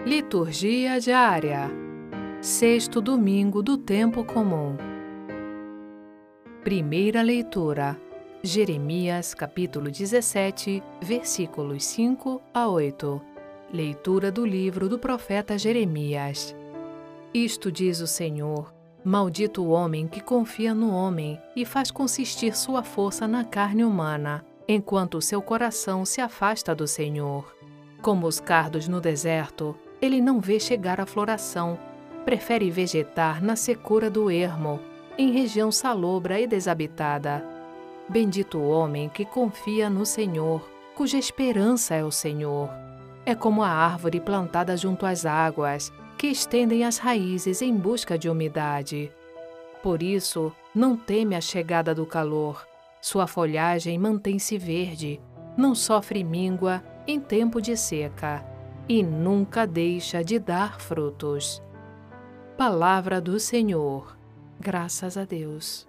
Liturgia diária. Sexto domingo do tempo comum. Primeira leitura. Jeremias, capítulo 17, versículos 5 a 8. Leitura do livro do profeta Jeremias. Isto diz o Senhor: maldito o homem que confia no homem e faz consistir sua força na carne humana, enquanto o seu coração se afasta do Senhor. Como os cardos no deserto, ele não vê chegar a floração, prefere vegetar na secura do ermo, em região salobra e desabitada. Bendito o homem que confia no Senhor, cuja esperança é o Senhor. É como a árvore plantada junto às águas, que estendem as raízes em busca de umidade. Por isso, não teme a chegada do calor. Sua folhagem mantém-se verde, não sofre míngua em tempo de seca, e nunca deixa de dar frutos. Palavra do Senhor. Graças a Deus.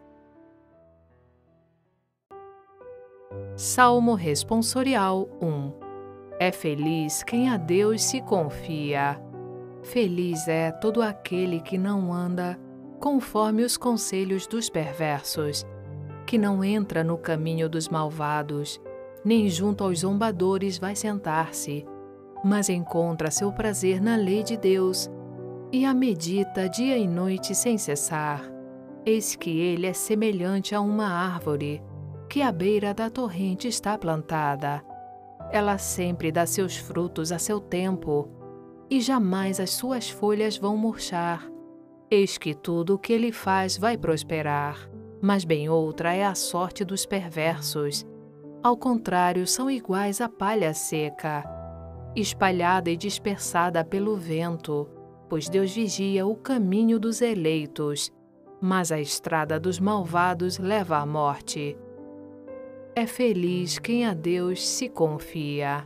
Salmo Responsorial 1. É feliz quem a Deus se confia. Feliz é todo aquele que não anda conforme os conselhos dos perversos, que não entra no caminho dos malvados, nem junto aos zombadores vai sentar-se, mas encontra seu prazer na lei de Deus e a medita dia e noite sem cessar. Eis que ele é semelhante a uma árvore que à beira da torrente está plantada. Ela sempre dá seus frutos a seu tempo, e jamais as suas folhas vão murchar. Eis que tudo o que ele faz vai prosperar, mas bem outra é a sorte dos perversos. Ao contrário, são iguais à palha seca, espalhada e dispersada pelo vento, pois Deus vigia o caminho dos eleitos, mas a estrada dos malvados leva à morte. É feliz quem a Deus se confia.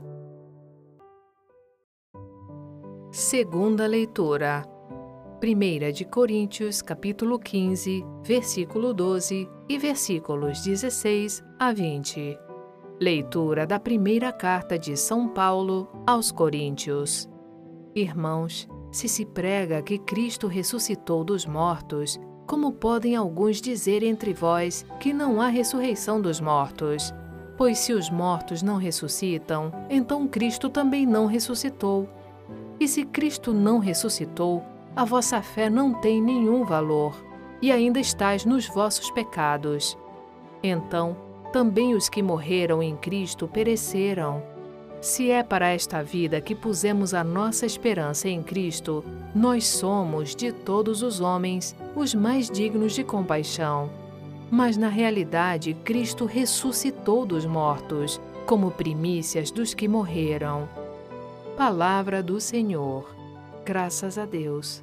Segunda leitura. 1 de Coríntios, capítulo 15, versículo 12 e versículos 16 a 20. Leitura da primeira carta de São Paulo aos Coríntios. Irmãos, se prega que Cristo ressuscitou dos mortos, como podem alguns dizer entre vós que não há ressurreição dos mortos? Pois se os mortos não ressuscitam, então Cristo também não ressuscitou. E se Cristo não ressuscitou, a vossa fé não tem nenhum valor, e ainda estáis nos vossos pecados. Então, também os que morreram em Cristo pereceram. Se é para esta vida que pusemos a nossa esperança em Cristo, nós somos, de todos os homens, os mais dignos de compaixão. Mas na realidade, Cristo ressuscitou dos mortos, como primícias dos que morreram. Palavra do Senhor. Graças a Deus.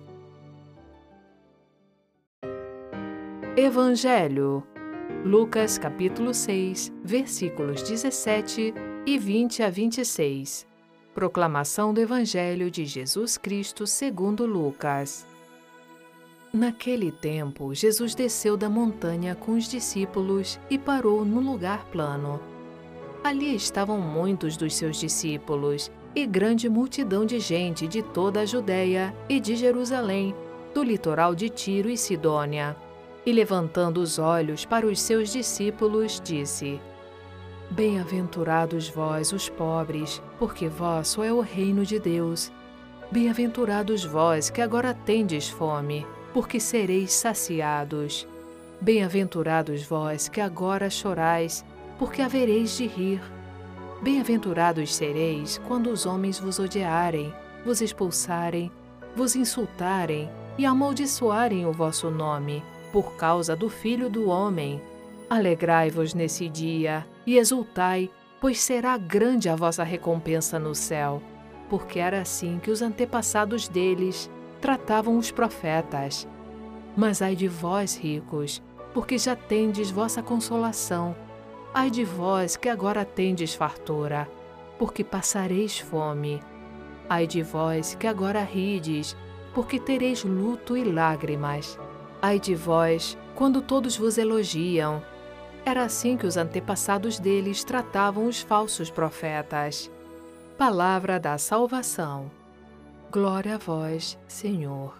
Evangelho. Lucas capítulo 6, versículos 17 e 20 a 26. Proclamação do Evangelho de Jesus Cristo segundo Lucas. Naquele tempo, Jesus desceu da montanha com os discípulos e parou num lugar plano. Ali estavam muitos dos seus discípulos e grande multidão de gente de toda a Judéia e de Jerusalém, do litoral de Tiro e Sidônia. E levantando os olhos para os seus discípulos, disse: Bem-aventurados vós, os pobres, porque vosso é o reino de Deus. Bem-aventurados vós que agora tendes fome, porque sereis saciados. Bem-aventurados vós que agora chorais, porque havereis de rir. Bem-aventurados sereis quando os homens vos odiarem, vos expulsarem, vos insultarem e amaldiçoarem o vosso nome, por causa do Filho do Homem. Alegrai-vos nesse dia e exultai, pois será grande a vossa recompensa no céu, porque era assim que os antepassados deles tratavam os profetas. Mas ai de vós, ricos, porque já tendes vossa consolação. Ai de vós que agora tendes fartura, porque passareis fome. Ai de vós que agora rides, porque tereis luto e lágrimas. Ai de vós, quando todos vos elogiam. Era assim que os antepassados deles tratavam os falsos profetas. Palavra da salvação. Glória a vós, Senhor.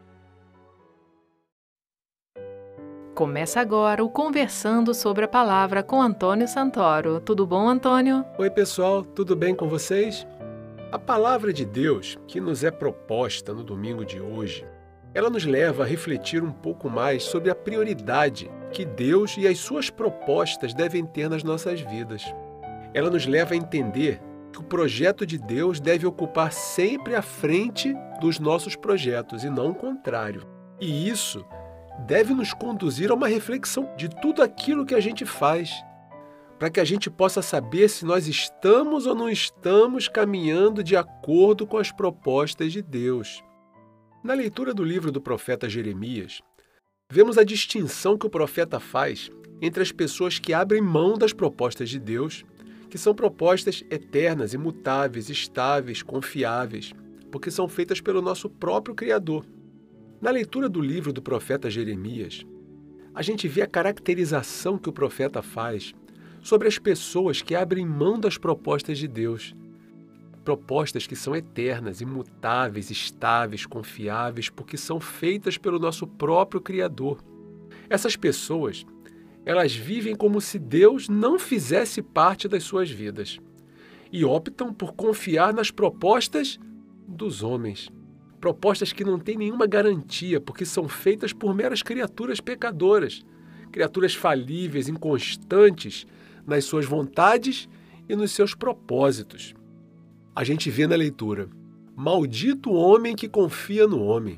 Começa agora o Conversando sobre a Palavra com Antônio Santoro. Tudo bom, Antônio? Oi, pessoal, tudo bem com vocês? A palavra de Deus que nos é proposta no domingo de hoje, ela nos leva a refletir um pouco mais sobre a prioridade que Deus e as suas propostas devem ter nas nossas vidas. Ela nos leva a entender que o projeto de Deus deve ocupar sempre a frente dos nossos projetos e não o contrário. E isso deve nos conduzir a uma reflexão de tudo aquilo que a gente faz, para que a gente possa saber se nós estamos ou não estamos caminhando de acordo com as propostas de Deus. Na leitura do livro do profeta Jeremias, vemos a distinção que o profeta faz entre as pessoas que abrem mão das propostas de Deus, que são propostas eternas, imutáveis, estáveis, confiáveis, porque são feitas pelo nosso próprio Criador. Na leitura do livro do profeta Jeremias, a gente vê a caracterização que o profeta faz sobre as pessoas que abrem mão das propostas de Deus. Propostas que são eternas, imutáveis, estáveis, confiáveis, porque são feitas pelo nosso próprio Criador. Essas pessoas, elas vivem como se Deus não fizesse parte das suas vidas e optam por confiar nas propostas dos homens. Propostas que não têm nenhuma garantia, porque são feitas por meras criaturas pecadoras, criaturas falíveis, inconstantes nas suas vontades e nos seus propósitos. A gente vê na leitura: maldito o homem que confia no homem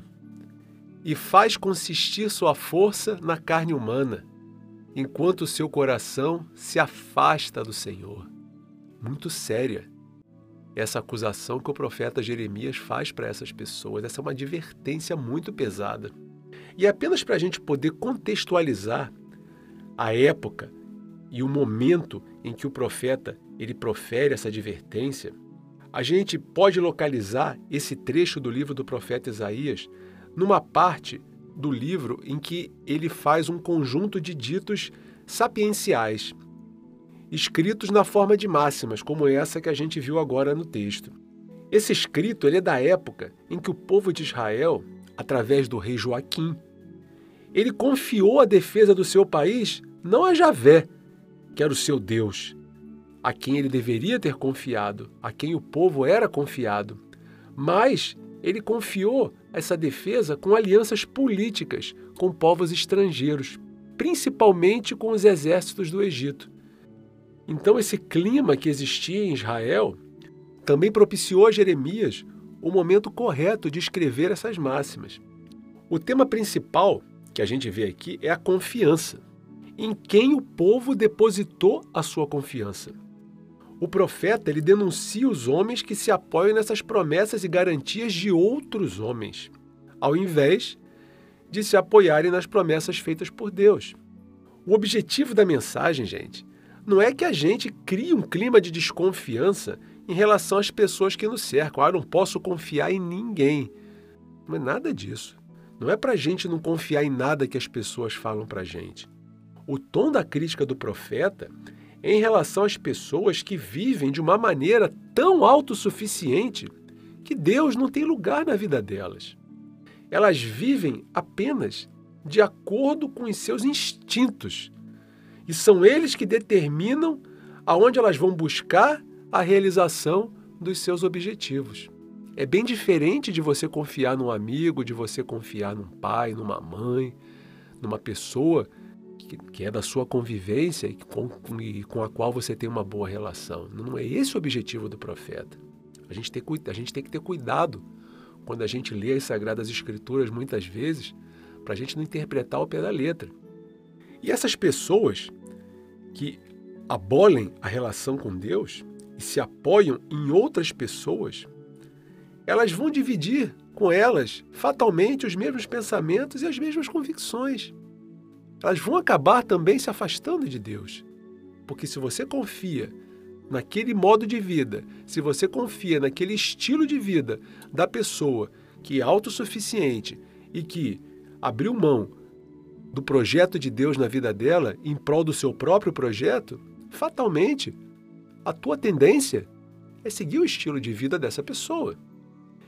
e faz consistir sua força na carne humana, enquanto o seu coração se afasta do Senhor. Muito séria essa acusação que o profeta Jeremias faz para essas pessoas. Essa é uma advertência muito pesada. E apenas para a gente poder contextualizar a época e o momento em que o profeta ele profere essa advertência, a gente pode localizar esse trecho do livro do profeta Isaías numa parte do livro em que ele faz um conjunto de ditos sapienciais, escritos na forma de máximas, como essa que a gente viu agora no texto. Esse escrito ele é da época em que o povo de Israel, através do rei Joaquim, ele confiou a defesa do seu país não a Javé, que era o seu Deus, a quem ele deveria ter confiado, a quem o povo era confiado, mas ele confiou essa defesa com alianças políticas com povos estrangeiros, principalmente com os exércitos do Egito. Então, esse clima que existia em Israel também propiciou a Jeremias o momento correto de escrever essas máximas. O tema principal que a gente vê aqui é a confiança, em quem o povo depositou a sua confiança. O profeta ele denuncia os homens que se apoiam nessas promessas e garantias de outros homens, ao invés de se apoiarem nas promessas feitas por Deus. O objetivo da mensagem, gente, não é que a gente crie um clima de desconfiança em relação às pessoas que nos cercam. Eu não posso confiar em ninguém. Não é nada disso. Não é para a gente não confiar em nada que as pessoas falam para a gente. O tom da crítica do profeta é em relação às pessoas que vivem de uma maneira tão autossuficiente que Deus não tem lugar na vida delas. Elas vivem apenas de acordo com os seus instintos. E são eles que determinam aonde elas vão buscar a realização dos seus objetivos. É bem diferente de você confiar num amigo, de você confiar num pai, numa mãe, numa pessoa que é da sua convivência e com a qual você tem uma boa relação. Não é esse o objetivo do profeta. A gente tem que ter cuidado quando a gente lê as Sagradas Escrituras, muitas vezes, para a gente não interpretar ao pé da letra. E essas pessoas que abolem a relação com Deus e se apoiam em outras pessoas, elas vão dividir com elas fatalmente os mesmos pensamentos e as mesmas convicções. Elas vão acabar também se afastando de Deus. Porque se você confia naquele modo de vida, se você confia naquele estilo de vida da pessoa que é autossuficiente e que abriu mão do projeto de Deus na vida dela em prol do seu próprio projeto, fatalmente, a tua tendência é seguir o estilo de vida dessa pessoa.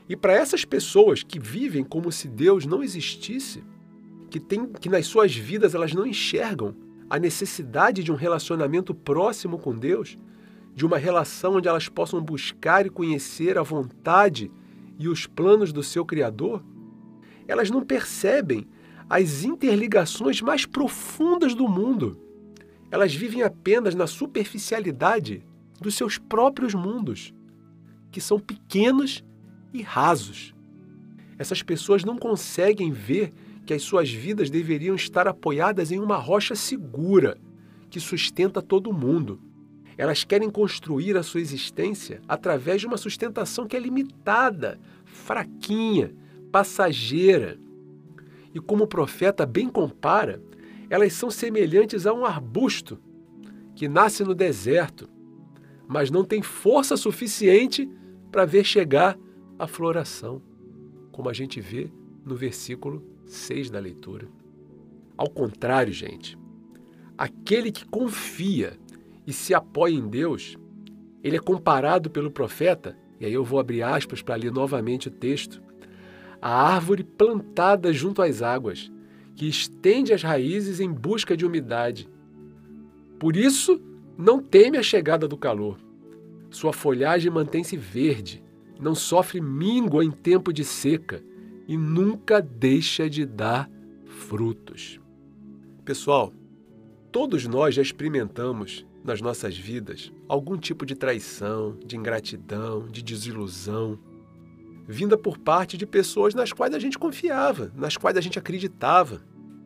E para essas pessoas que vivem como se Deus não existisse, que nas suas vidas elas não enxergam a necessidade de um relacionamento próximo com Deus, de uma relação onde elas possam buscar e conhecer a vontade e os planos do seu Criador, elas não percebem as interligações mais profundas do mundo. Elas vivem apenas na superficialidade dos seus próprios mundos, que são pequenos e rasos. Essas pessoas não conseguem ver que as suas vidas deveriam estar apoiadas em uma rocha segura, que sustenta todo mundo. Elas querem construir a sua existência através de uma sustentação que é limitada, fraquinha, passageira. E como o profeta bem compara, elas são semelhantes a um arbusto que nasce no deserto, mas não tem força suficiente para ver chegar a floração, como a gente vê no versículo 6 da leitura. Ao contrário, gente, aquele que confia e se apoia em Deus, ele é comparado pelo profeta, e aí eu vou abrir aspas para ler novamente o texto, a árvore plantada junto às águas, que estende as raízes em busca de umidade. Por isso, não teme a chegada do calor. Sua folhagem mantém-se verde, não sofre míngua em tempo de seca e nunca deixa de dar frutos. Pessoal, todos nós já experimentamos nas nossas vidas algum tipo de traição, de ingratidão, de desilusão, vinda por parte de pessoas nas quais a gente confiava, nas quais a gente acreditava.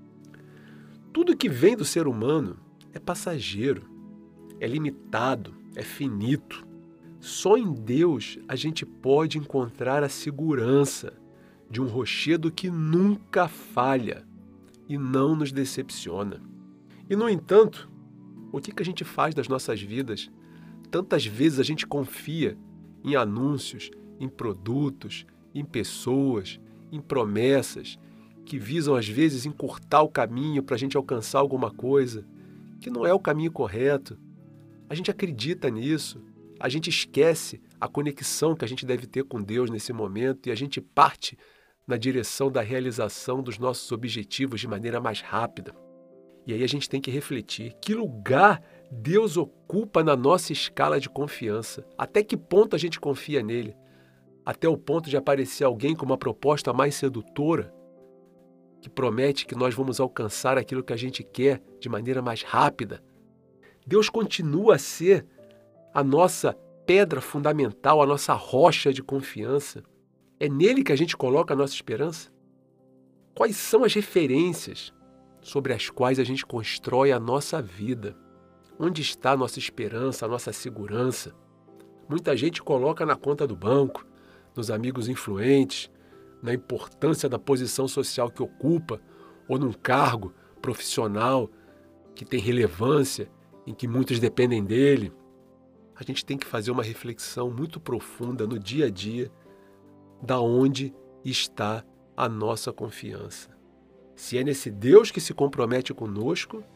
Tudo que vem do ser humano é passageiro, é limitado, é finito. Só em Deus a gente pode encontrar a segurança de um rochedo que nunca falha e não nos decepciona. E, no entanto, o que a gente faz das nossas vidas? Tantas vezes a gente confia em anúncios, em produtos, em pessoas, em promessas que visam, às vezes, encurtar o caminho para a gente alcançar alguma coisa, que não é o caminho correto. A gente acredita nisso, a gente esquece a conexão que a gente deve ter com Deus nesse momento e a gente parte na direção da realização dos nossos objetivos de maneira mais rápida. E aí a gente tem que refletir que lugar Deus ocupa na nossa escala de confiança. Até que ponto a gente confia nele? Até o ponto de aparecer alguém com uma proposta mais sedutora, que promete que nós vamos alcançar aquilo que a gente quer de maneira mais rápida. Deus continua a ser a nossa pedra fundamental, a nossa rocha de confiança. É nele que a gente coloca a nossa esperança? Quais são as referências sobre as quais a gente constrói a nossa vida? Onde está a nossa esperança, a nossa segurança? Muita gente coloca na conta do banco, nos amigos influentes, na importância da posição social que ocupa, ou num cargo profissional que tem relevância, em que muitos dependem dele. A gente tem que fazer uma reflexão muito profunda no dia a dia da onde está a nossa confiança. Se é nesse Deus que se compromete conosco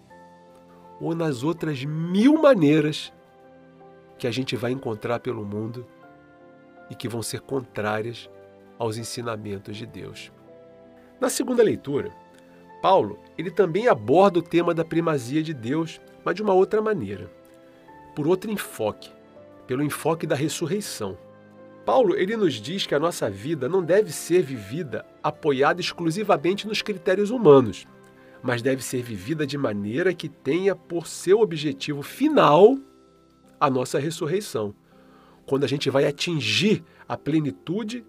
ou nas outras 1000 maneiras que a gente vai encontrar pelo mundo e que vão ser contrárias aos ensinamentos de Deus. Na segunda leitura, Paulo ele também aborda o tema da primazia de Deus, mas de uma outra maneira, por outro enfoque, pelo enfoque da ressurreição. Paulo ele nos diz que a nossa vida não deve ser vivida apoiada exclusivamente nos critérios humanos, mas deve ser vivida de maneira que tenha por seu objetivo final a nossa ressurreição, quando a gente vai atingir a plenitude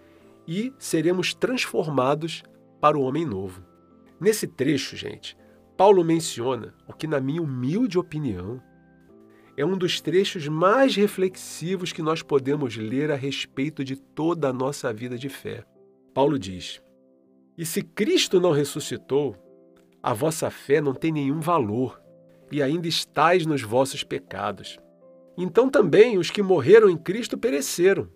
e seremos transformados para o homem novo. Nesse trecho, gente, Paulo menciona o que, na minha humilde opinião, é um dos trechos mais reflexivos que nós podemos ler a respeito de toda a nossa vida de fé. Paulo diz: "E se Cristo não ressuscitou, a vossa fé não tem nenhum valor, e ainda estáis nos vossos pecados. Então também os que morreram em Cristo pereceram.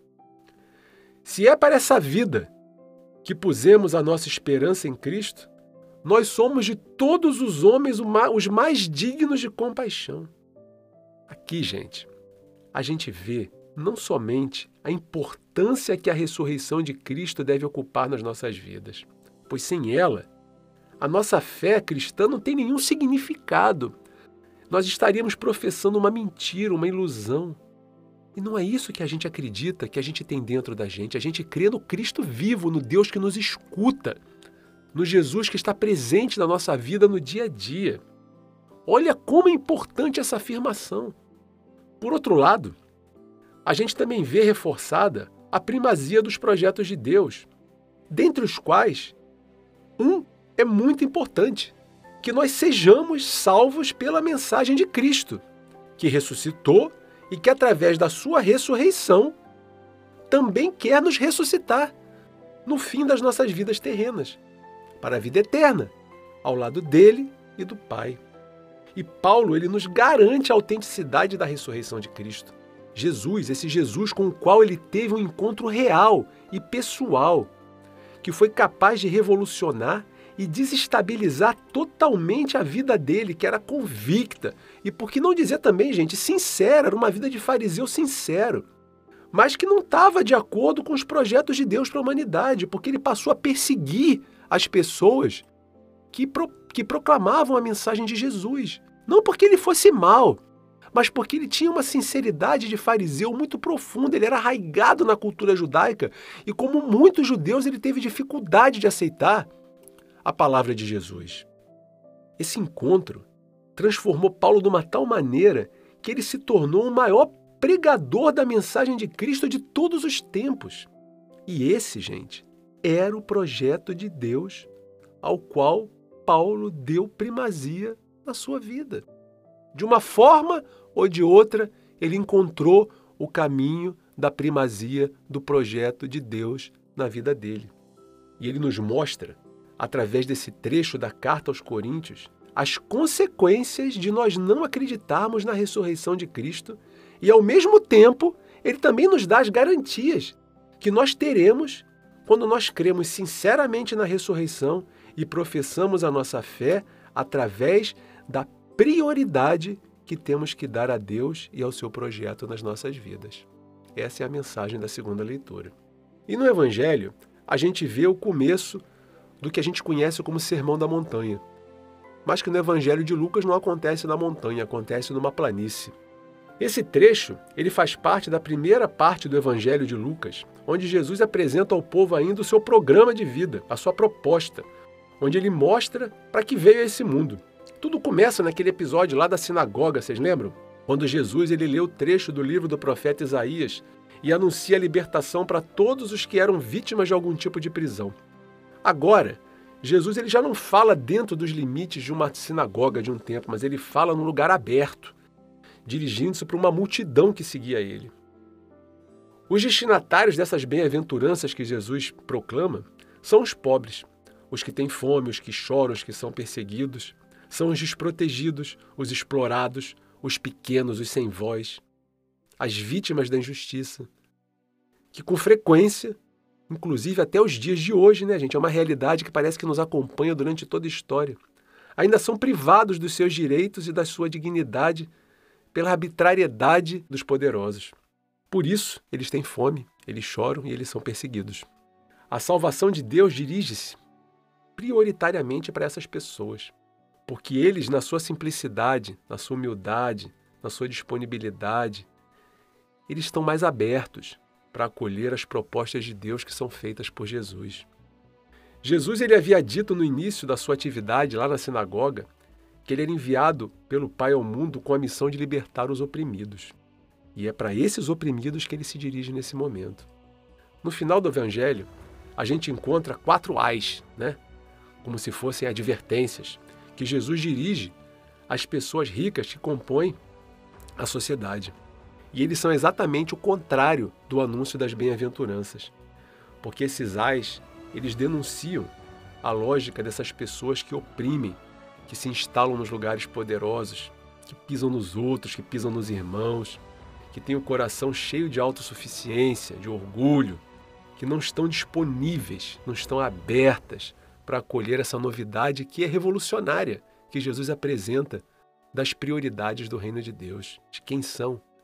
Se é para essa vida que pusemos a nossa esperança em Cristo, nós somos de todos os homens os mais dignos de compaixão." Aqui, gente, a gente vê não somente a importância que a ressurreição de Cristo deve ocupar nas nossas vidas, pois sem ela, a nossa fé cristã não tem nenhum significado. Nós estaríamos professando uma mentira, uma ilusão. E não é isso que a gente acredita, que a gente tem dentro da gente. A gente crê no Cristo vivo, no Deus que nos escuta, no Jesus que está presente na nossa vida no dia a dia. Olha como é importante essa afirmação. Por outro lado, a gente também vê reforçada a primazia dos projetos de Deus, dentre os quais um é muito importante, que nós sejamos salvos pela mensagem de Cristo, que ressuscitou e que, através da sua ressurreição, também quer nos ressuscitar no fim das nossas vidas terrenas, para a vida eterna, ao lado dele e do Pai. E Paulo, ele nos garante a autenticidade da ressurreição de Cristo. Jesus, esse Jesus com o qual ele teve um encontro real e pessoal, que foi capaz de revolucionar e desestabilizar totalmente a vida dele, que era convicta. E por que não dizer também, gente, sincera, era uma vida de fariseu sincero, mas que não estava de acordo com os projetos de Deus para a humanidade, porque ele passou a perseguir as pessoas que proclamavam a mensagem de Jesus. Não porque ele fosse mau, mas porque ele tinha uma sinceridade de fariseu muito profunda, ele era arraigado na cultura judaica e, como muitos judeus, ele teve dificuldade de aceitar a palavra de Jesus. Esse encontro transformou Paulo de uma tal maneira que ele se tornou o maior pregador da mensagem de Cristo de todos os tempos. E esse, gente, era o projeto de Deus ao qual Paulo deu primazia na sua vida. De uma forma ou de outra, ele encontrou o caminho da primazia do projeto de Deus na vida dele. E ele nos mostra, através desse trecho da carta aos Coríntios, as consequências de nós não acreditarmos na ressurreição de Cristo e, ao mesmo tempo, ele também nos dá as garantias que nós teremos quando nós cremos sinceramente na ressurreição e professamos a nossa fé através da prioridade que temos que dar a Deus e ao seu projeto nas nossas vidas. Essa é a mensagem da segunda leitura. E no Evangelho, a gente vê o começo do que a gente conhece como Sermão da Montanha, mas que no Evangelho de Lucas não acontece na montanha, acontece numa planície. Esse trecho, ele faz parte da primeira parte do Evangelho de Lucas, onde Jesus apresenta ao povo ainda o seu programa de vida, a sua proposta, onde ele mostra para que veio a esse mundo. Tudo começa naquele episódio lá da sinagoga, vocês lembram? Quando Jesus ele lê o trecho do livro do profeta Isaías e anuncia a libertação para todos os que eram vítimas de algum tipo de prisão. Agora, Jesus ele já não fala dentro dos limites de uma sinagoga, de um templo, mas ele fala num lugar aberto, dirigindo-se para uma multidão que seguia ele. Os destinatários dessas bem-aventuranças que Jesus proclama são os pobres, os que têm fome, os que choram, os que são perseguidos, são os desprotegidos, os explorados, os pequenos, os sem voz, as vítimas da injustiça, que com frequência, inclusive até os dias de hoje, né, gente, é uma realidade que parece que nos acompanha durante toda a história, ainda são privados dos seus direitos e da sua dignidade pela arbitrariedade dos poderosos. Por isso, eles têm fome, eles choram e eles são perseguidos. A salvação de Deus dirige-se prioritariamente para essas pessoas, porque eles, na sua simplicidade, na sua humildade, na sua disponibilidade, eles estão mais abertos para acolher as propostas de Deus que são feitas por Jesus. Jesus ele havia dito no início da sua atividade lá na sinagoga que ele era enviado pelo Pai ao mundo com a missão de libertar os oprimidos. E é para esses oprimidos que ele se dirige nesse momento. No final do Evangelho, a gente encontra 4 ais, né? Como se fossem advertências, que Jesus dirige às pessoas ricas que compõem a sociedade. E eles são exatamente o contrário do anúncio das bem-aventuranças. Porque esses ais, eles denunciam a lógica dessas pessoas que oprimem, que se instalam nos lugares poderosos, que pisam nos outros, que pisam nos irmãos, que têm o coração cheio de autossuficiência, de orgulho, que não estão disponíveis, não estão abertas para acolher essa novidade que é revolucionária, que Jesus apresenta das prioridades do reino de Deus, de quem são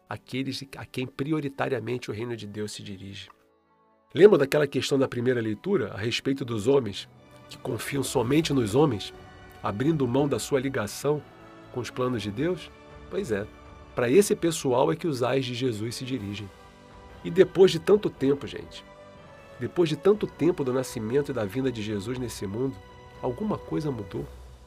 aqueles a quem prioritariamente o reino de Deus se dirige. Lembra daquela questão da primeira leitura a respeito dos homens que confiam somente nos homens, abrindo mão da sua ligação com os planos de Deus? Pois é, para esse pessoal é que os ais de Jesus se dirigem. E depois de tanto tempo, gente, depois de tanto tempo do nascimento e da vinda de Jesus nesse mundo, alguma coisa mudou.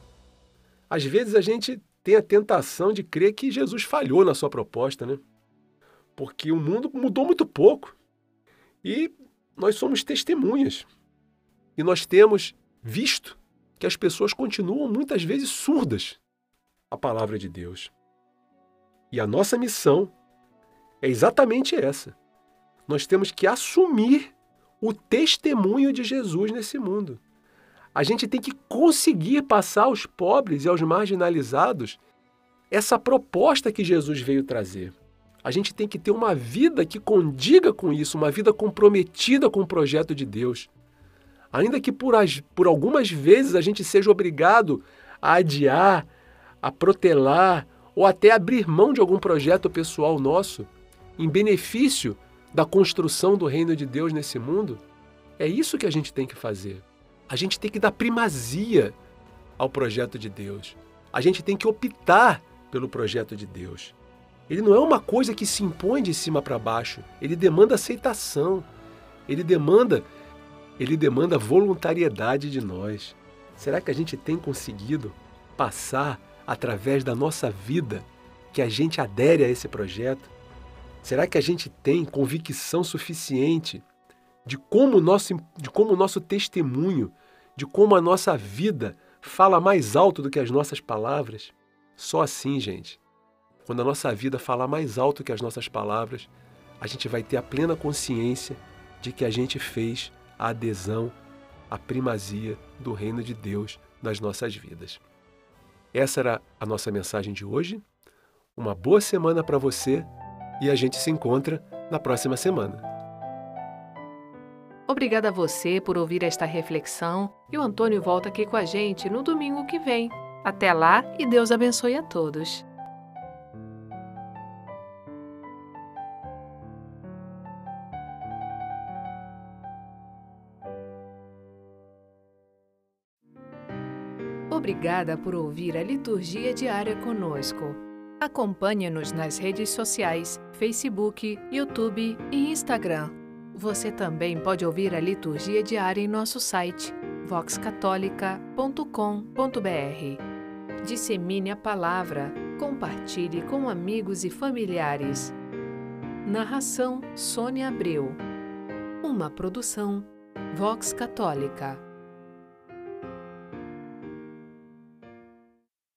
Às vezes a gente tem a tentação de crer que Jesus falhou na sua proposta, né? Porque o mundo mudou muito pouco. E nós somos testemunhas. E nós temos visto que as pessoas continuam muitas vezes surdas à palavra de Deus. E a nossa missão é exatamente essa. Nós temos que assumir o testemunho de Jesus nesse mundo. A gente tem que conseguir passar aos pobres e aos marginalizados essa proposta que Jesus veio trazer. A gente tem que ter uma vida que condiga com isso, uma vida comprometida com o projeto de Deus. Ainda que por algumas vezes a gente seja obrigado a adiar, a protelar ou até abrir mão de algum projeto pessoal nosso em benefício da construção do reino de Deus nesse mundo, é isso que a gente tem que fazer. A gente tem que dar primazia ao projeto de Deus. A gente tem que optar pelo projeto de Deus. Ele não é uma coisa que se impõe de cima para baixo. Ele demanda aceitação. Ele demanda voluntariedade de nós. Será que a gente tem conseguido passar através da nossa vida que a gente adere a esse projeto? Será que a gente tem convicção suficiente de como o nosso testemunho, de como a nossa vida fala mais alto do que as nossas palavras? Só assim, gente, quando a nossa vida falar mais alto que as nossas palavras, a gente vai ter a plena consciência de que a gente fez a adesão, a primazia do reino de Deus nas nossas vidas. Essa era a nossa mensagem de hoje. Uma boa semana para você e a gente se encontra na próxima semana. Obrigada a você por ouvir esta reflexão e o Antônio volta aqui com a gente no domingo que vem. Até lá e Deus abençoe a todos. Obrigada por ouvir a Liturgia Diária conosco. Acompanhe-nos nas redes sociais, Facebook, YouTube e Instagram. Você também pode ouvir a Liturgia Diária em nosso site, voxcatólica.com.br. Dissemine a palavra, compartilhe com amigos e familiares. Narração Sônia Abreu. Uma produção Vox Católica.